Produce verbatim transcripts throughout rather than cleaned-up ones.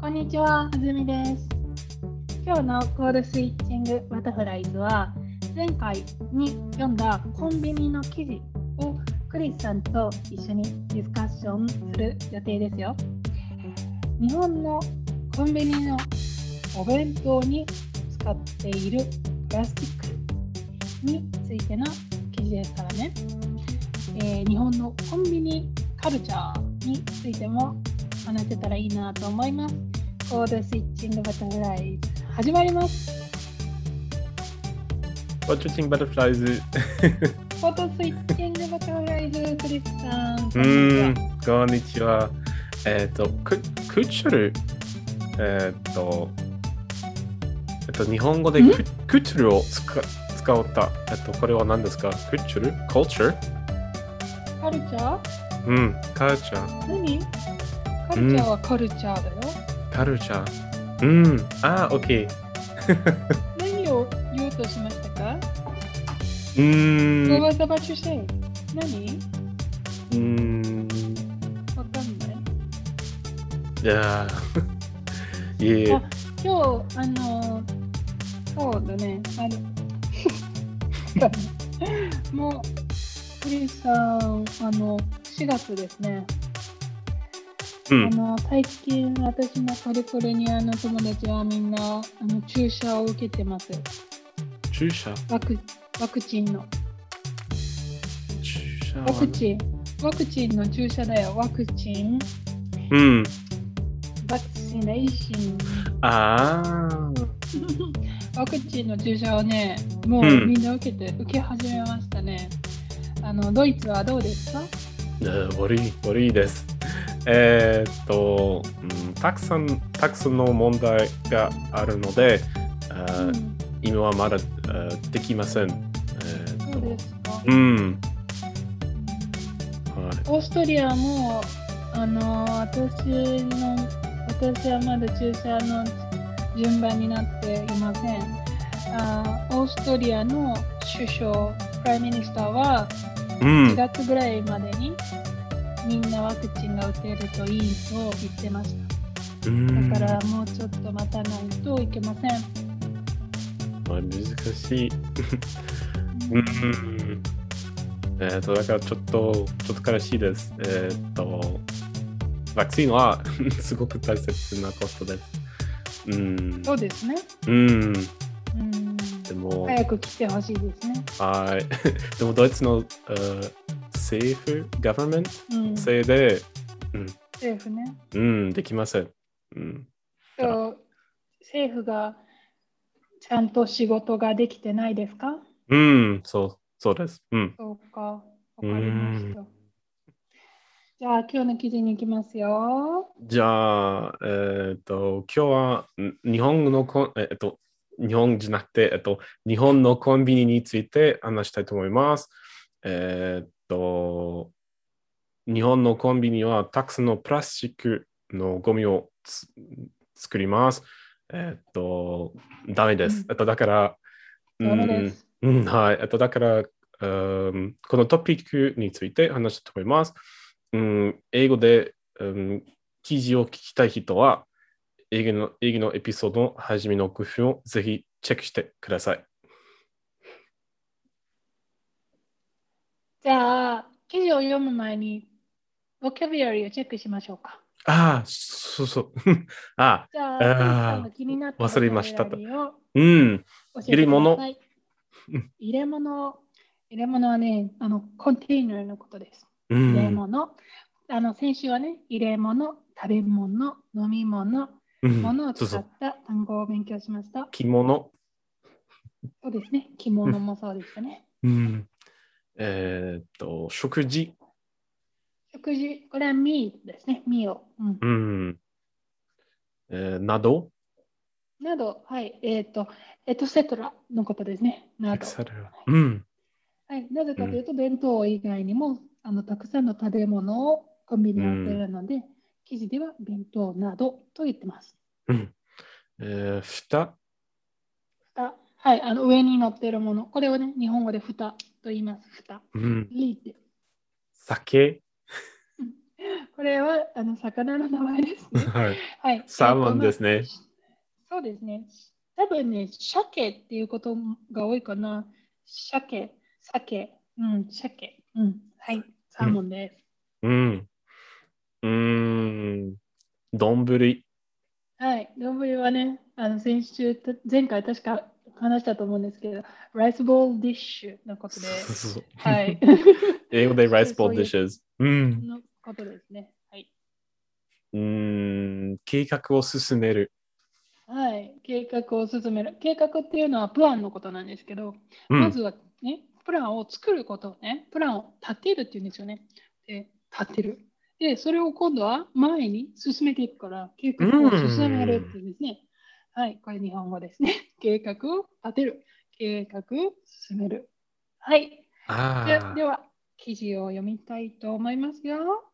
こんにちは、はずみです。今日のコードスイッチングバタフライズは前回に読んだコンビニの記事をクリスさんと一緒にディスカッションする予定ですよ。日本のコンビニのお弁当に使っているプラスチックについての記事ですからね、えー、日本のコンビニカルチャーについても話せたらいいなと思います。コードスイッチングバタフライズ始まります。 コードスイッチングバタフライズコードスイッチングバタフライズクリスさん、 うーん、こんにちは。えっ、ー、と、ククチュル、えっ、ー、と、えっと、日本語でククチュルを使使った。えっと、これは何ですか？クチュル？ Culture？ カルチャー？ うん、カルチャー。 何？カルチャーはカルチャーだよ。 カルチャー。うん、あ、OK。 何を言おうとしましたか？ うーん。 What was about to say? 何？ うーん。 わかんない。 いやー。いえ。 あ、今日、あの、そうだね。あのもう、クリスさん、あの、しがつですね。 うん、 あの最近私のカリフォルニアの友達はみんなあの注射を受けてます。 注射ワクワクチンの注射ワクチンワクチンの注射だよ。ワクチンうんバクシネーションあーワクチンの注射をねもうみんな受けて、うん、受け始めましたね。あのドイツはどうですか？ 悪い悪いです。えー、っと、うん、たくさんたくさんの問題があるので、うん、今はまだできません。えー、っとそうですか。 うん。はい、 オーストリアもあの私の私はまだ注射の順番になっていません。あオーストリアの首相、プライミニスターはしちがつぐらいまでにみんなワクチンが打てるといいと言ってました。うん、だからもうちょっと待たないといけません。 まあ、難しい。うん。えー、とだからちょっとちょっと悲しいです。えー、とワクチンはすごく大切なことです。うん。 そうですね。 うん。うん、 でも早く来てほしいですね。 はい。でもドイツの、uh, 政府、ガバメント、うん、せいで、うん、 政府ね。 うん、できません。うん、 そう政府がちゃんと仕事ができてないですか？ うん、そう、そうです。うん、 そうか、わかりました。じゃあ今日の記事に行きますよ。 じゃあ、えっと、今日は日本のコン、えっと、日本じゃなくて、えっと、日本のコンビニについて話したいと思います。えっと、日本のコンビニはたくさんのプラスチックのゴミを作ります。えっと、ダメです。えっと、だから、 ダメです。 うん、はい。えっと、だから、うん、このトピックについて話したいと思います。うん、英語で、うん、記事を聞きたい人は、英語の英語のエピソードの初めの工夫をぜひチェックしてください。 じゃあ、記事を読む前に、ボキャブラリーをチェックしましょうか。 ああ、そうそう。あじゃあ、クリスさんが気になったボキャブラリーをうん。 教えてください。入れ物。入れ物はね、あの、コンテイナーのことです。入れ物。あの、先週はね、入れ物、食べ物、飲み物、物を使った単語を勉強しました。 着物。 そうですね。着物もそうでしたね。 うん、えー、っと、食事。 食事。これはミーですね。ミーを。 うん。うんえー、などなど、はい。えっ、ー、と、エトセトラのことですね。など。 うん。 はい。なぜかというと、うん、弁当以外にも、あの、たくさんの食べ物をコンビニに売っているので、うん、記事では弁当などと言ってます。 うん。えー、蓋蓋。はい。あの、上に乗っているもの。これをね、日本語で蓋と言います。蓋。 うん。 リード。 酒これはあの魚の名前ですね。 はい。 はい。 サーモンえっと、まあ、 ですね。 そうですね。多分ね、鮭っていうことが多いかな。鮭、鮭、うん、鮭。うん、はい、サーモンです。 うん。うん。丼。 はい、丼はね、あの先週、た前回確か話したと思うんですけど、ライスボールディッシュのことで、 そうそうそう。 はい。 英語で rice そ bowl ういう dishes。うん。 のことですね。はい。 うん。計画を進める。 はい。計画を進める。計画っていうのはプランのことなんですけど、 うん。 まずはね、プランを作ることをね、プランを立てるっていうんですよね。で、立てる。で、それを今度は前に進めていくから、計う画を進めるってん。 いうんですね。はい。これ日本語ですね。計画を立てる。計画を進める。はい。じゃ、でああ。 は、記事を読みたいと思いますよ。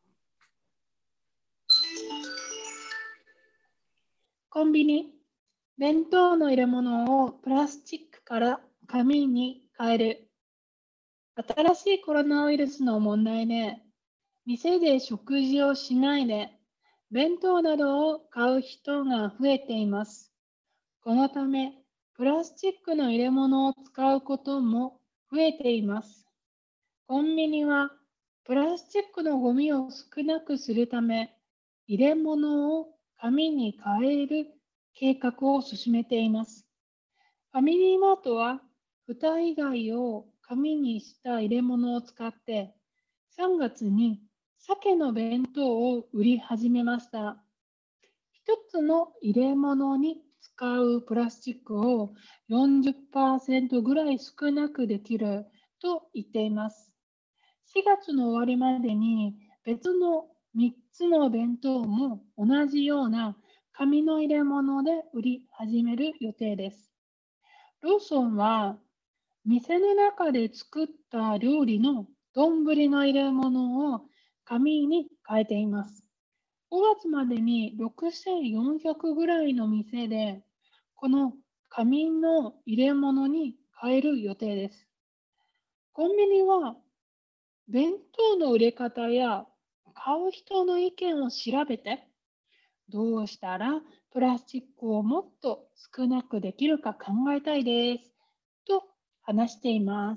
コンビニ。弁当の入れ物をプラスチックから紙に変える。新しいコロナウイルスの問題で、店で食事をしないで、弁当などを買う人が増えています。このため、プラスチックの入れ物を使うことも増えています。コンビニは、プラスチックのゴミを少なくするため、入れ物を紙に変える計画を進めています。ファミリーマートは、蓋以外を紙にした入れ物を使って、さんがつに鮭の弁当を売り始めました。一つの入れ物に使うプラスチックをよんじゅっパーセントぐらい少なくできると言っています。しがつの終わりまでに別のみっつの弁当も同じような紙の入れ物で売り始める予定です。ローソンは店の中で作った料理の丼の入れ物を紙に変えています。ごがつまでにろくせんよんひゃくぐらいの店でこの紙の入れ物に変える予定です。コンビニは弁当の売れ方や買う人の意見を調べて、どうしたらプラスチックをもっと少なくできるか考えたいです。と話しています。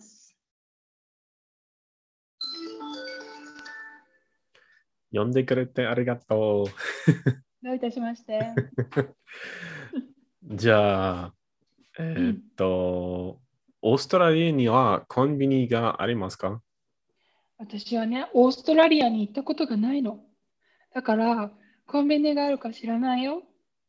読んでくれてありがとどういたしまして。 う。じゃあ、えーっうん、 と、オーストラリアにはコンビニがありますか？ 私はね、オーストラリアに行ったことがないの。だから、コンビニがあるか知らないよ。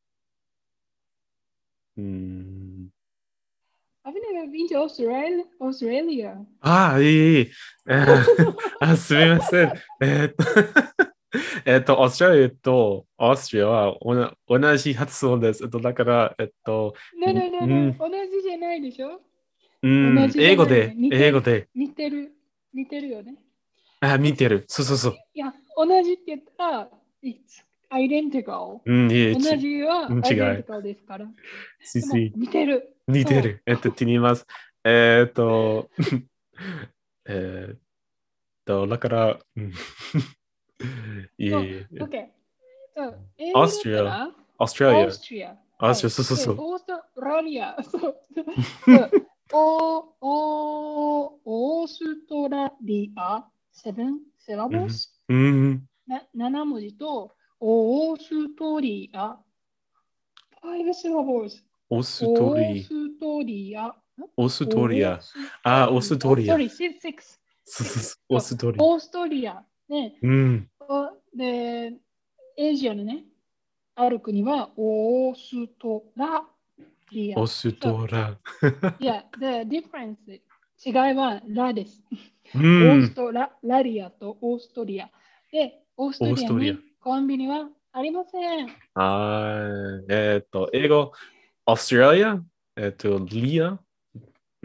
うーん。 I've never been to Australia. Australia. ああ、いい、いい。えーあ、すみません。えーっと、えーっと、オーストラリアとオーストリアはおな同じ発音です。えっと、だから、えっと、 ねねねね、 んん同じじゃないでしょ。 う同ん、 じじゃないよね。 英語で、 似てる、 英語で。 似てる、似てるよね。 あ、見 It's, てる。そうそうそう。 いや、同じって言ったら、It's identical。 うん、いえ、 同ち、 じはうん違い。 identical ですから。でも、 しし、 似てる。そ似てる。えっと、気に入ります。えーっと、えーっと、だから、うん、いう。そう、 えいえ、 OK。そう、英オー語だストリア、 ったら、 オーストラリア、 オーストリア。 オーストリア、 はい。で、 そうそうそう。 オーストラリア。そう。そう。お、お、オーストラリア。セブンセラうん、 ボスうん、 ななな文字と、オーストリア。five syllables。 オーストオーリ、 ストリア。んオーストリア。 オースあ、オーストリア。 トリア。 sorry, six, そうそう six. そう、オーそう、 ストリオーストリア。ね。 ア。うん、 おで、エイジアのね、ある国はオーストラリア。 オースそう。 トラ。 いや、the difference、違いはラです。 うオースん、 トララリアとオーストリア。で、オーストオーストリア。 リアにコンビニはありません。 あー、えーっと、英語、オーストラリア、えーっと、リア、うん、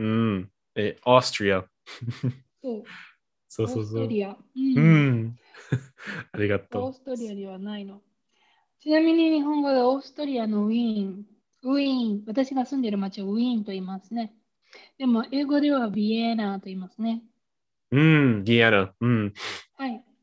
え、オーストリア。 そう、 そうオーそうそう。 ストリア。ううん。 ん。ありがとオーストリアではないの。ちなみに日本語でオーストリアのウィーン、ウィーン、私が住んでいる町をウィーンと言いますね。でも英語ではビエナと言いますね。 う。うん、ギアナ。うん。 はい。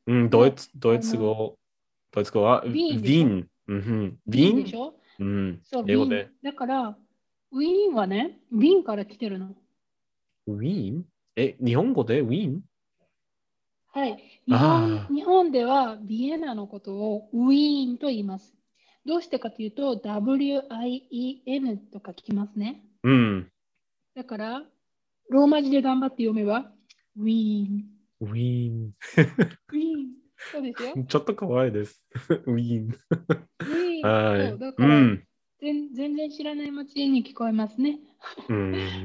うん、ドイで、 ツ、ドイあの、 ツ語、ドイツ語はウビーンでしょィーン。うん、ウィーンビーンでしょうん、 そう、ビーン。 英語で。 だから、ウィーンはね、ビーンから来てるの。 ウィーンえ、日本語でウィーンはい。日本、 ああ日本ではビエナのことをウィーンと言います。どうしてかというと、ダブリューアイイーエヌ とか聞きますね。 ー、うん、 だから、ローマ字で頑張って読めば、ウィーン。 ウィーン。 ウィーン。そうですよ。 ちょっと怖いです。ウィーン。 ウィーン。そう、 はい。 だから、 うん。 全全然知らない街に聞こえますね。 うん。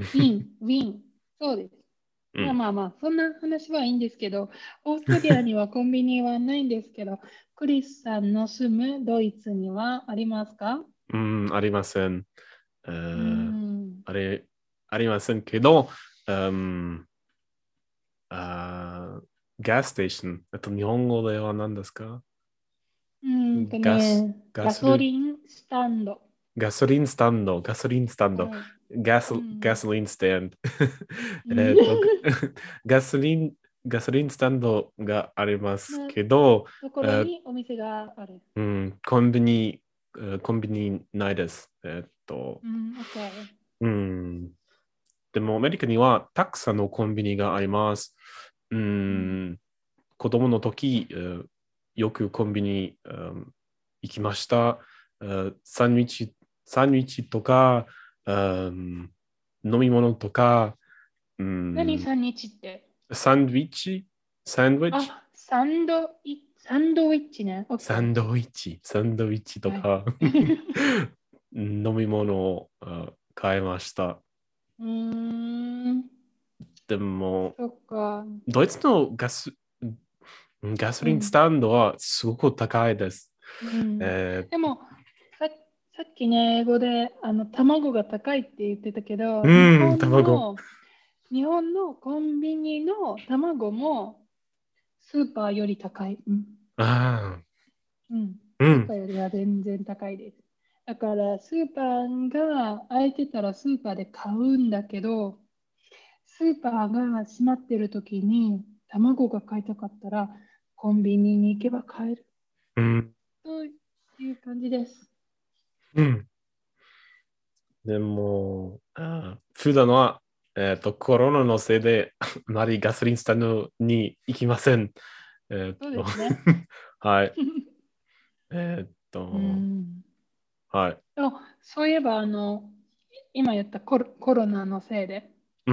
ウィーン、ウィーン。そうです。 うん。 まあまあまあ、そんな話はいいんですけど、オーストリアにはコンビニはないんですけど、クリスさんの住むドイツにはありますか？ うん、ありません。えうーーん。 あれ、ありませんけど、うん、あーガスステーション。えっと、日本語では何ですかうーんとガス、 ね、ガガスル、 ソリンスタンド。 ガソリンスタンド、ガソリンスタンド、 はい。 ガス、 うん。 ガソリンスタンド。 うえっと、 ん。 ガソリン、ガソリンスタンドがありますのけど、 ところえにお店がある。 うん、コンビニ、えーコンビニないです。えっと、 うん、OK。 うん、でもアメリカにはたくさんのコンビニがあります。ううん。 ん、子供の時、えーよくコンビニ、うん行きました。えーサンドイッチ、サンドイッチとか、うん飲み物とか、うん、 何さんにちって？ サンドイッチ、サンドイッチ、 あ、サンドイ、サンドイッチね。 サ OK。 ンドイッチ、サンドイッチとはい。 か飲み物をあ買いました。 うーん、 でも、 そっか。 ドイツのガス、ガソリンスうん。 タンドはすごく高いです。 うん。 えでも、さ、さっきね、英語であの卵が高いって言ってたけど、日ー、うん、 本卵。 の、日本のコンビニの卵もスーパーより高い。うん。 あうん。 あ、うん、 スーパーよりは全然高いです。だから、スーパーが空いてたらスーパーで買うんだけど、スーパーが閉まってる時に卵が買いたかったら、コンビニに行けば買える。 うん、 という感じです。 うん。でも、あー普段は、えっと、コロナのせいで、あまりガソリンスタンドに行きません。えっそうと、 ですね。 はい。えっうと、 ん。 はい。 あ、そういえば、あの、今言ったコロ、コロナのせいで、 うん、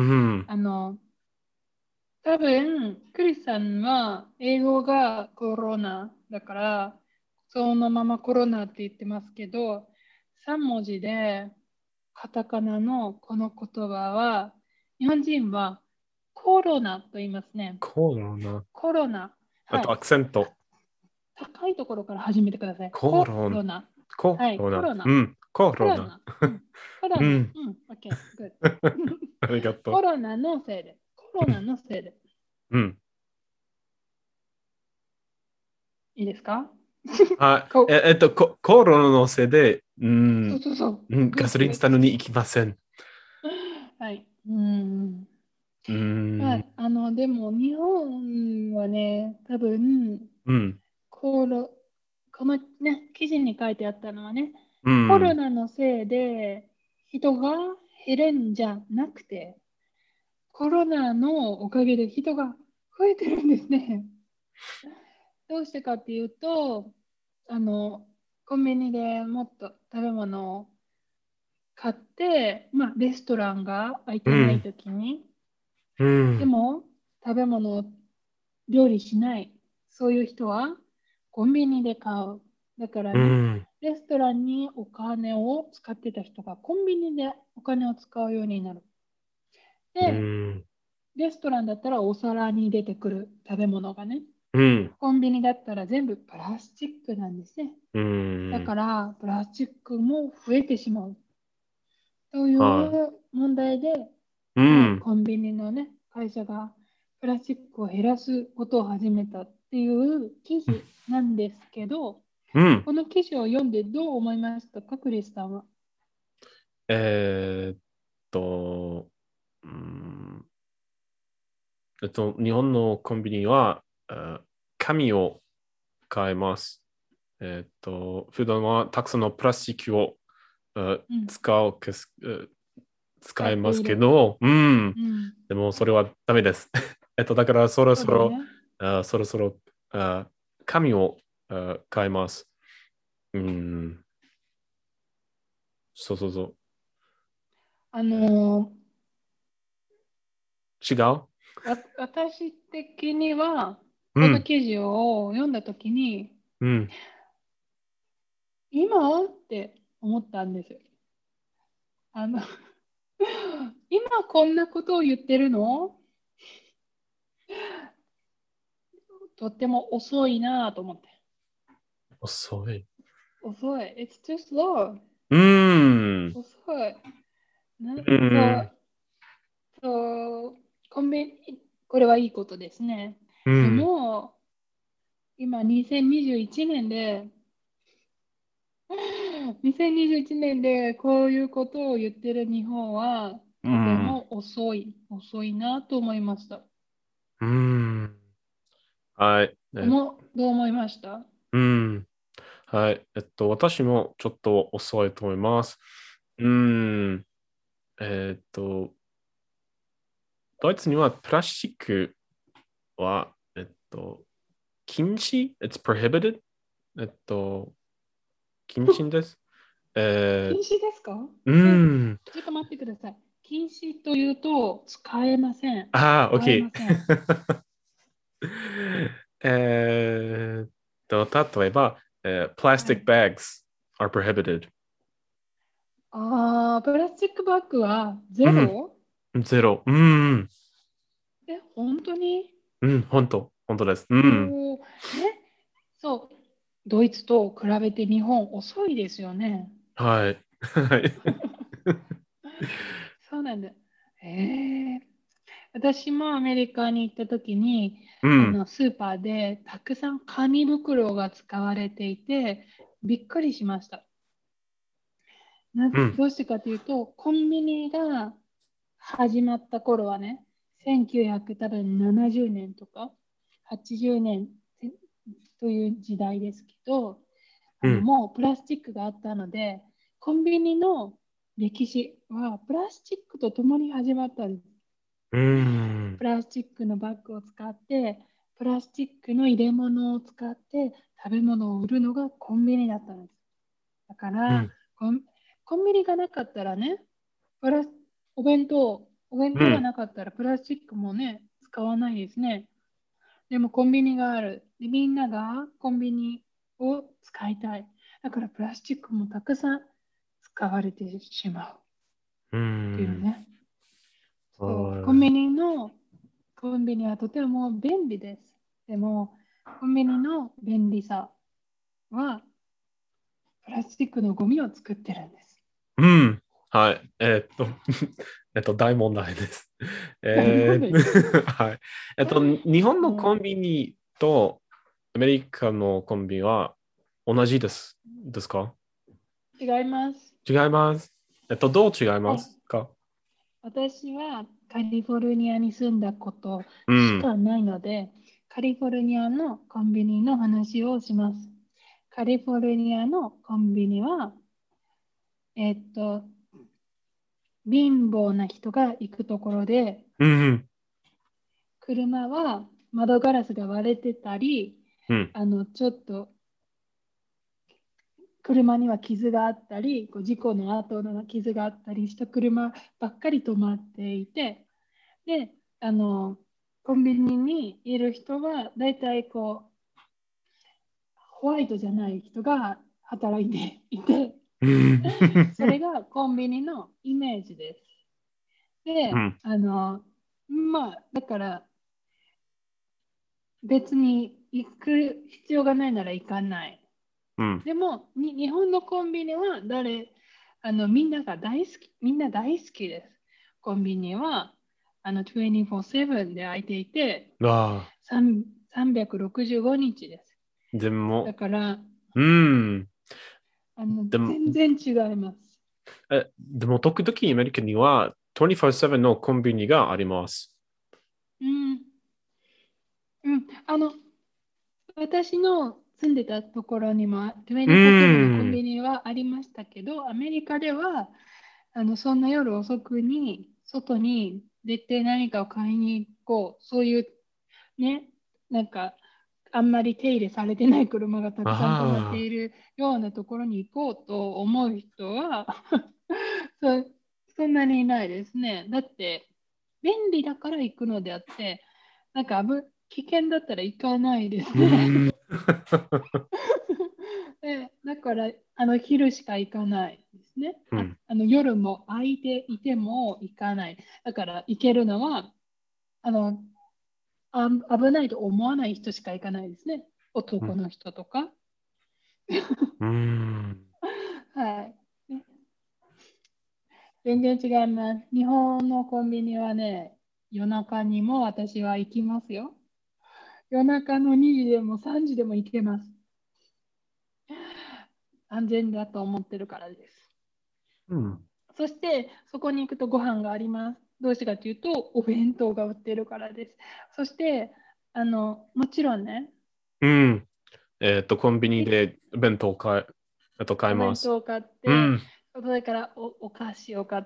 あの、多分、クリスさんは英語がコロナだから、そのままコロナって言ってますけど、さん文字でカタカナのこの言葉は、日本人はコロナと言いますね。 コロナ。 コロナ。 あと、 はい。 アクセンたト。 高いところから始めてください。ココロナ。 ロナ。はい。 コロナ。 コロナ。 うん、コロナ。 コロナ。うん。コロナ。 うん。 うん。OK。Good。 ありがとコロナのせいで。コロナのせいで。 う。うん。 いいですか？ はい。え、 こえっと、コ、コロナのせいで、うそうん、 そうそう。 うん、ガ Good, ソリンス good. タンドに行きません。 はい。うん。 うん、 まあ、あの、でも、日本はね、多分、 うん、 コロ、このね、記事に書いてあったのはね、 うん、 コロナのせいで人が減るんじゃなくて、コロナのおかげで人が増えてるんですね。どうしてかっていうと、あの、コンビニでもっと食べ物を買って、まあ、レストランが空いてないうん、 ときに、 うん、 でも食べ物を料理しない、そういう人はコンビニで買う。だからね、 うん、 レストランにお金を使ってた人がコンビニでお金を使うようになる。 うで、 ん、 レストランだったらお皿に出てくる食べ物がね、 うん、 コンビニだったら全部プラスチックなんですね。 うだかん、 ら、プラスチックも増えてしまうといはい。 う問題で、まあ、 うん、 コンビニのね、会社がプラスチックを減らすことを始めたっていう記事なんですけど、 うん。 この記事を読んでどう思いましたか、クリスさんは？ えーっと、うんえっと、日本のコンビニは、あカ紙を買います。えっと、普段はたくさんのプラスチックを、uh, うん、 使う、uh, 使使いますっている。 けど、うん。 うん、 でもそれはダメです。えっと、だからそろそろ、 そうだね。 あそろそろ、あ紙をあ買います。うん。そうそうそあう。えの違うーわ、私的には、このうん。 記事を読んだときに、 うん。 今って思ったんです。あの、今こんなことを言ってるのとっても遅いなと思って。 遅い。 遅い。It's too slow. うん。 遅い。なうん。 そう、そう、コンビニ、これはいいことですね。でうん。 も、今にせんにじゅういちねんで、にせんにじゅういちねんでこういうことを言ってる日本はうとてん。 も遅い、遅いなと思いました。 うん。はい。え、 思う、どう思いました？ うん。はい。えっと、私もちょっと遅いと思います。うん。えっと、ドイツにはプラスチックは、えっと、禁止 ?It's prohibited? えっと、禁止です。え禁止ですか？ ー、うえ、 ん。 ちょっと待ってください。禁止というと使えません。 ああ、 使え OK。 ません。 えーっと、例えば、えー plastic はい。 bags are prohibited。 ああ、プラスチックバッグはうん。 ゼロ？ ゼロ。うん。 え、本当に？ うん。本当。本当です。うん。 おおー、え、そう、ドイツと比べて日本遅いですよね。 はい。はい。 そうなんだ。ええ、私もアメリカに行った時に、 うん。 あのスーパーでたくさん紙袋が使われていて、びっくりしました。なうん。 どうしてかというと、コンビニが始まった頃はね、せんきゅうひゃくななじゅうねんとかはちじゅうねんという時代ですけど、あのうん。 もうプラスチックがあったので、コンビニの歴史はプラスチックとともに始まったんです。 うん。 プラスチックのバッグを使って、プラスチックの入れ物を使って食べ物を売るのがコンビニだったんです。だからうん。 コン、コンビニがなかったらね、プラスお弁当、お弁当がうん。 なかったらプラスチックもね、使わないですね。でもコンビニがある。で、みんながコンビニを使いたい。だからプラスチックもたくさん使われてしまううっていうん。 ね。そう、コンはビニの、コンビニはとても便利です。でも、コンビニの便利さはプラスチックのゴミを作ってるんです。 い。うん。はい。えーっと、えっと、大問題です。 大問え題です。 ー、はい。えっと、日本のコンうん、 ビニとアメリカのコンビニは同じです。ですか？ 違います。 違います。えっと、どう違いはい。 ますか？ 私はカリフォルニアに住んだことうん。 しかないので、カリフォルニアのコンビニの話をします。カリフォルニアのコンビニは、えっと、貧乏な人が行くところで、 うん。 車は窓ガラスが割れてたり、 うん。 あのちょっと車には傷があったり、こう事故の後の傷があったりした車ばっかり止まっていて、で、あの、コンビニにいる人は、だいたいこう、ホワイトじゃない人が働いていて、 うん。 それがコンビニのイメージです。で、 うん。 あの、まあ、だから別に行く必要がないなら行かない。 うん。 でも、に日本のコンビニは誰、あの、みんなが大好き、みんな大好きです。コンビニは、あの、にじゅうよじかんで開いていて、 ああ、 さんさんびゃくろくじゅうごにちです。 でも、 だから、 うん。 あの、 でも、 全然違います。 え、でも、時々アメリカにはにじゅうよじかんのコンビニがあります。 うん、うん、あの、 私の住んでたところにもうにじゅうよじかんのコンん。 ビニはありましたけど、アメリカではあのそんな夜遅くに外に出て何かを買いに行こう、そういうね、なんかあんまり手入れされてない車がたくさん止まってあいるようなところに行こうと思う人はそ、そんなにいないですね。だって便利だから行くのであって、なんか危危険だったら行かないですうね。 ん。 でだからあの昼しか行かないですね。あ、 うん。 あの夜も空いていても行かない。だから行けるのはあのあ危ないと思わない人しか行かないですね。 うん。 男の人とか。 うん。 はい。ね、全然違います。日本のコンビニはね、夜中にも私は行きますよ。夜中のにじでもさんじでも行けます。安全だと思ってるからです。 うん。 そして、そこに行くとご飯があります。どうしてかというと、お弁当が売ってるからです。そして、あの、もちろんね、 うん。えっと、コンビニいで弁当買え、えっと、買いおます。 弁当を買って、 うん。 それからお、お菓子を買って、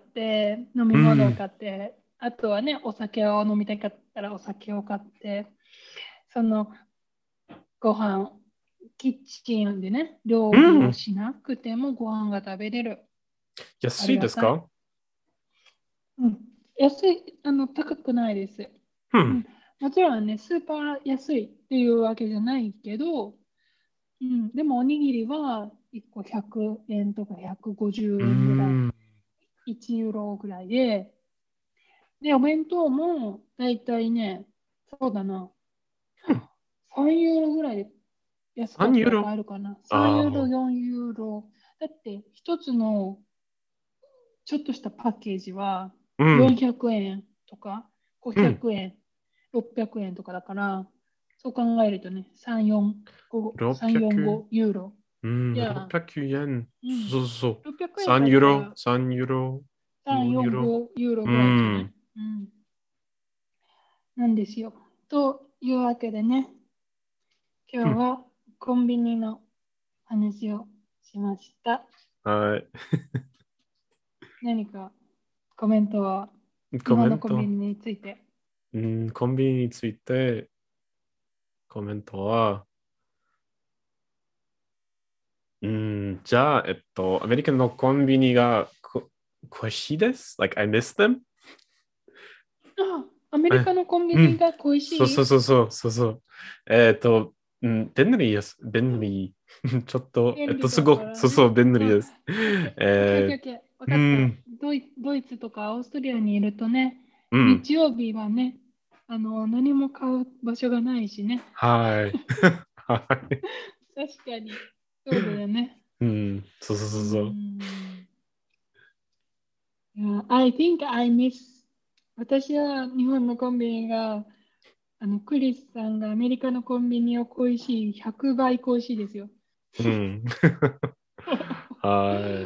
飲みうん。 物を買って、あとはね、お酒を飲みたかったらお酒を買って、そのご飯、キッチンでね、 う料理をん。 しなくてもご飯が食べれる。あ安いりがたい。 ですか？ うん、安い、あの、高くないです。うん、 うん。 もちろんね、スーパー安いっていうわけじゃないけど、うん、でもおにぎりはいっこひゃくえんとか150 う円ぐらい、 ん。 いちユーロぐらいで、で、お弁当もだいたいね、そうだな、さんユーロぐらいで安かさんったらユーロ。 買えるかな。さんユーロ、 ああ。 よんユーロ。だって一つのちょっとしたパッケージはうん。 よんひゃくえんとか500 うん。 円、ろっぴゃくえんとかだから、そう考えるとね、さん、よん、ご、さん、よん、 ろっぴゃく。 ごユーロ。 うん。 いや、 ろっぴゃくえん。 うん、 そうそうそう。 ろっぴゃくえんさんだっユーロ。 たらさんユーロ。 さん、 よんよん、 ユーロ。 ごユーロうぐらいじゃない？ ん。 うん。なんですよ。というわけでね、 うん。 今日はコンビニの話をしました。 はい。 何かコメントは日コメ本のント。 コンビニについて。 うん、コンビニについてコメントは、うん、じゃあ、えっと、アメリカのコンビニがこ恋しいです。Like, I miss them. あ、アメリえカのコンビうん。 ニが恋しそうそうい？ そうそう、そうそう。えっと、うん、便利です。便利。ちょっと、えっと、 便利だすごく、 からね。 そうそう、便利あ、 です。 オッケー、オッケー、オッケー、 えオッケー。わー、うかった。 ん、 ドイ、ドイツとかオーストリアにいるとね、 うん、 日曜日はね、あの、何も買う場所がないしね。 はい。はい。 確かに。そうだよね。 うん、そうそううーそうそう。 ん。Yeah, I think I miss 私は日本のコンビニが、あの、クリスさんがアメリカのコンビニを恋しいひゃくばい恋しいですよ。 うん。はい。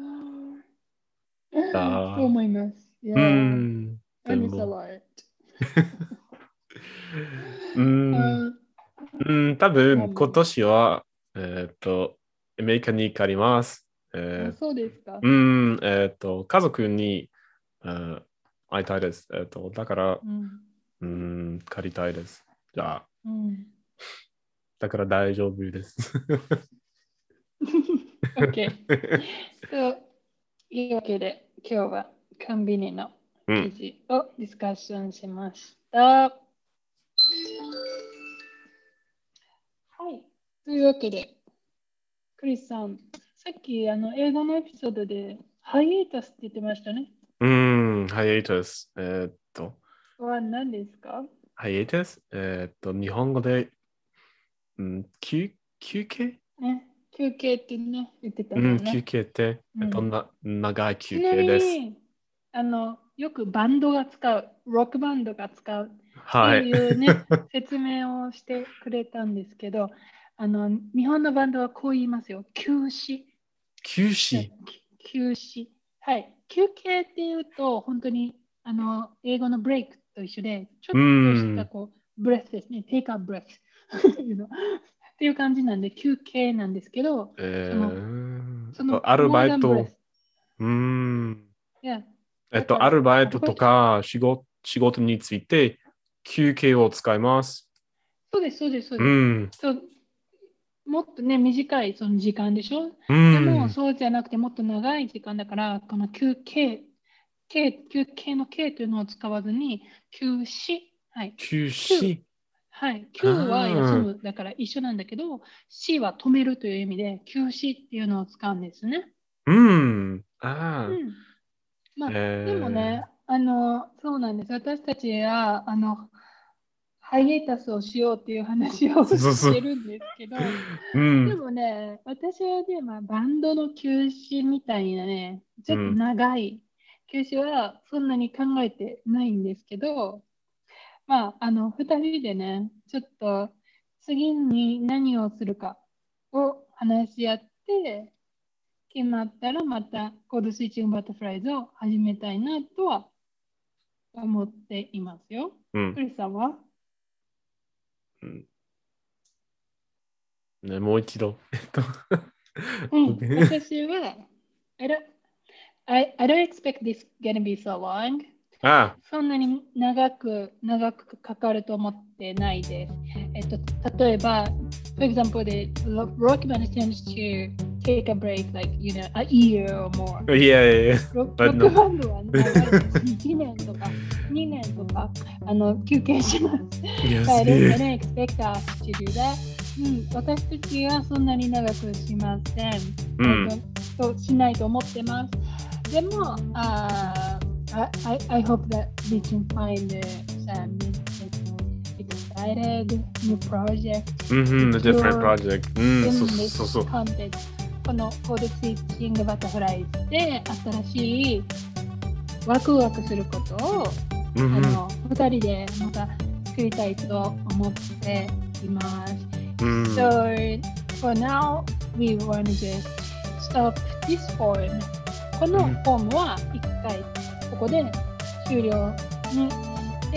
そうああ、 思います。 う Yeah, ん、 I で miss a も。 lot. うん、 あうん、多まあ分今まあま年は、えっと、アメリカに帰ります。 あ。あ、 えーそうですか。 うん、えっと、家族に、えー会いたいです。えっと、だから、 うん。 うん、帰りたいです。じゃあ、 うん。 だから大丈夫です。 OK。というわけで、今日はコンビニのうん、 記事をディスカッションしました。はい。というわけで、クリスさん、さっきあの映画のエピソードでハイエータスって言ってましたね。 うん、ハイエイタス。えっと、 は何ですか？ ハイエイタス。えっと、日本語で、うん、休、休憩ね、休憩ってね、言ってたうん、休もんね。 憩って、えっと、 うん。 な、長い休ちなみ憩です。 に、あの、よくバンドが使う、ロックバンドが使うってはい。 いうね、説明をしてくれたんですけど、あの、日本のバンドはこう言いますよ。休止。 休止。 休止。はい。休憩っていうと、本当に、あの、英語のブレイクと一緒で、ちょうっとしたん、 こう、ブレスですね。take a breath。 you know っていう感じなんで、休憩なんですけど、 えそのー、 そのアルバイ more than ト breath、 うーん。 Yeah、 えっと、 だからアルバイトとか仕事、仕事について休憩を使います。 そうです、そうです、そううです。 ん。 そうもっとね、短いその時間でしょ。 うでも、 ん。 そうじゃなくてもっと長い時間だから、この休憩、休休憩の憩というのを使わずに、休止、はい、 休休、 止。 はい、休は休あむだから一緒なんだけど、止は止めるという意味で、休止っていうのを使うんですね。 あ。うん。ああ。 うん。まあ、でもね、 えあの、そうなんです。私たちは、あの、ハイエータスをしようっていう話をー、そうそうしそう。 てるんですけど、 うん。 でもね、私はね、まあ、バンドの休止みたいなね、ちょっとうん。 長い休止はそんなに考えてないんですけど、まあ、あの、ふたりでね、ちょっと次に何をするかを話し合って、決まったらまたコードスイッチングバタフライズを始めたいなとは思っていますよ。 うん。 クリスさんは？ うんね、もう一度。えっと。 うん、私は、I don't, I, I don't expect this gonna be so long. あそんなに長く長くかかると思ってないです。えっと、例えば、for example, the rock band tends to take a break like, you know, a year or more. あ。いやいやいや。 ロロ But ッ no. クバンドは長いです。いちねんとかにねんとかあの休憩します。 いや、 I すげ don't, え。 I don't expect us to do that. うん、私たちはそんなに長くしません。 うん。 としないと思ってます。でも、あ I, I hope that we can find uh, some excited new project うん、a different project。うん、 in そう this そうそう。 content。このコードスイッチングバタフライズで新しいワクワクすることを、 うん、 あのふたりでまた作りたいと思っています。 うん、 So for now, we want to just stop this form. このフォームは一回ここで終了にして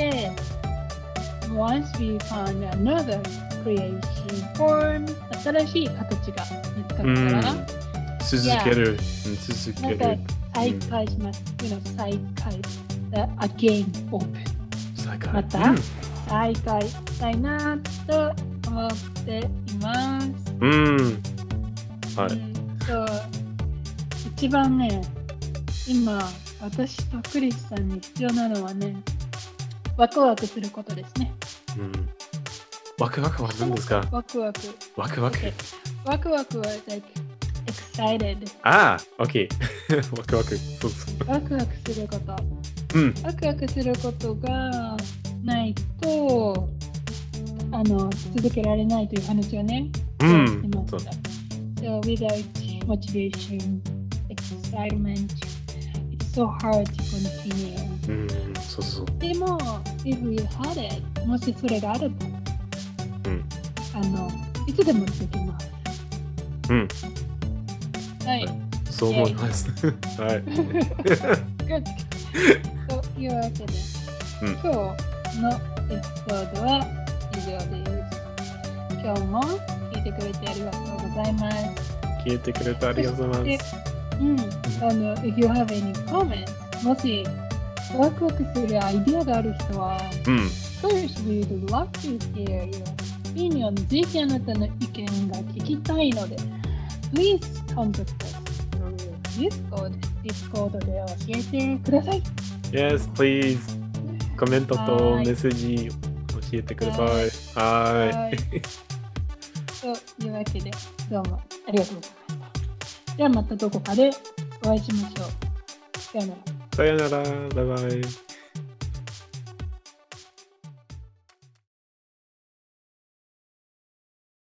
、once we found another creation form, 新しい形が見つかったら、 うん、続ける、うん、続ける。 また再開します。You know, 再開。The again open。 再開。 また、うん、再開したいなと思っています。 うん。はい。 うん、そう一番ね、今、私とクリスさんに必要なのはね、ワクワクすることですね。 うん、ワクワクは何ですか？ ワクワク。 ワクワク。 Okay. ワクワクは、like, excited。 ああ、OK。ワクワク。そうそう。 ワクワクすること。 うん。 ワクワクすることがないと、あの、続けられないという話をね、 うん。 してました。So without motivation, excitement, it's so hard to continue. うん、そうそう。 でも、if you had it, もしそれがあると、 うん、 あの、いつでもできます。 うん。 はい。 そう思います。はい。 Good. というわけで、 うん、 今日のエピソードは以上です。今日も聞いてくれてありがとうございます。 聞いてくれてありがとうございます。 うん。あの、if you have any comments, もしワクワクするアイディアがある人は、 うん。 First, we would love to hear your opinion. ぜひあなたの意見が聞きたいので、Please contact us through Discord. Discord で教えてください。 Yes, please. コメントとメッセージ教えてください。はい。 というわけで、どうもありがとうございました。ではまたどこかでお会いしましょう。さよなら。 さよなら。バイバイ。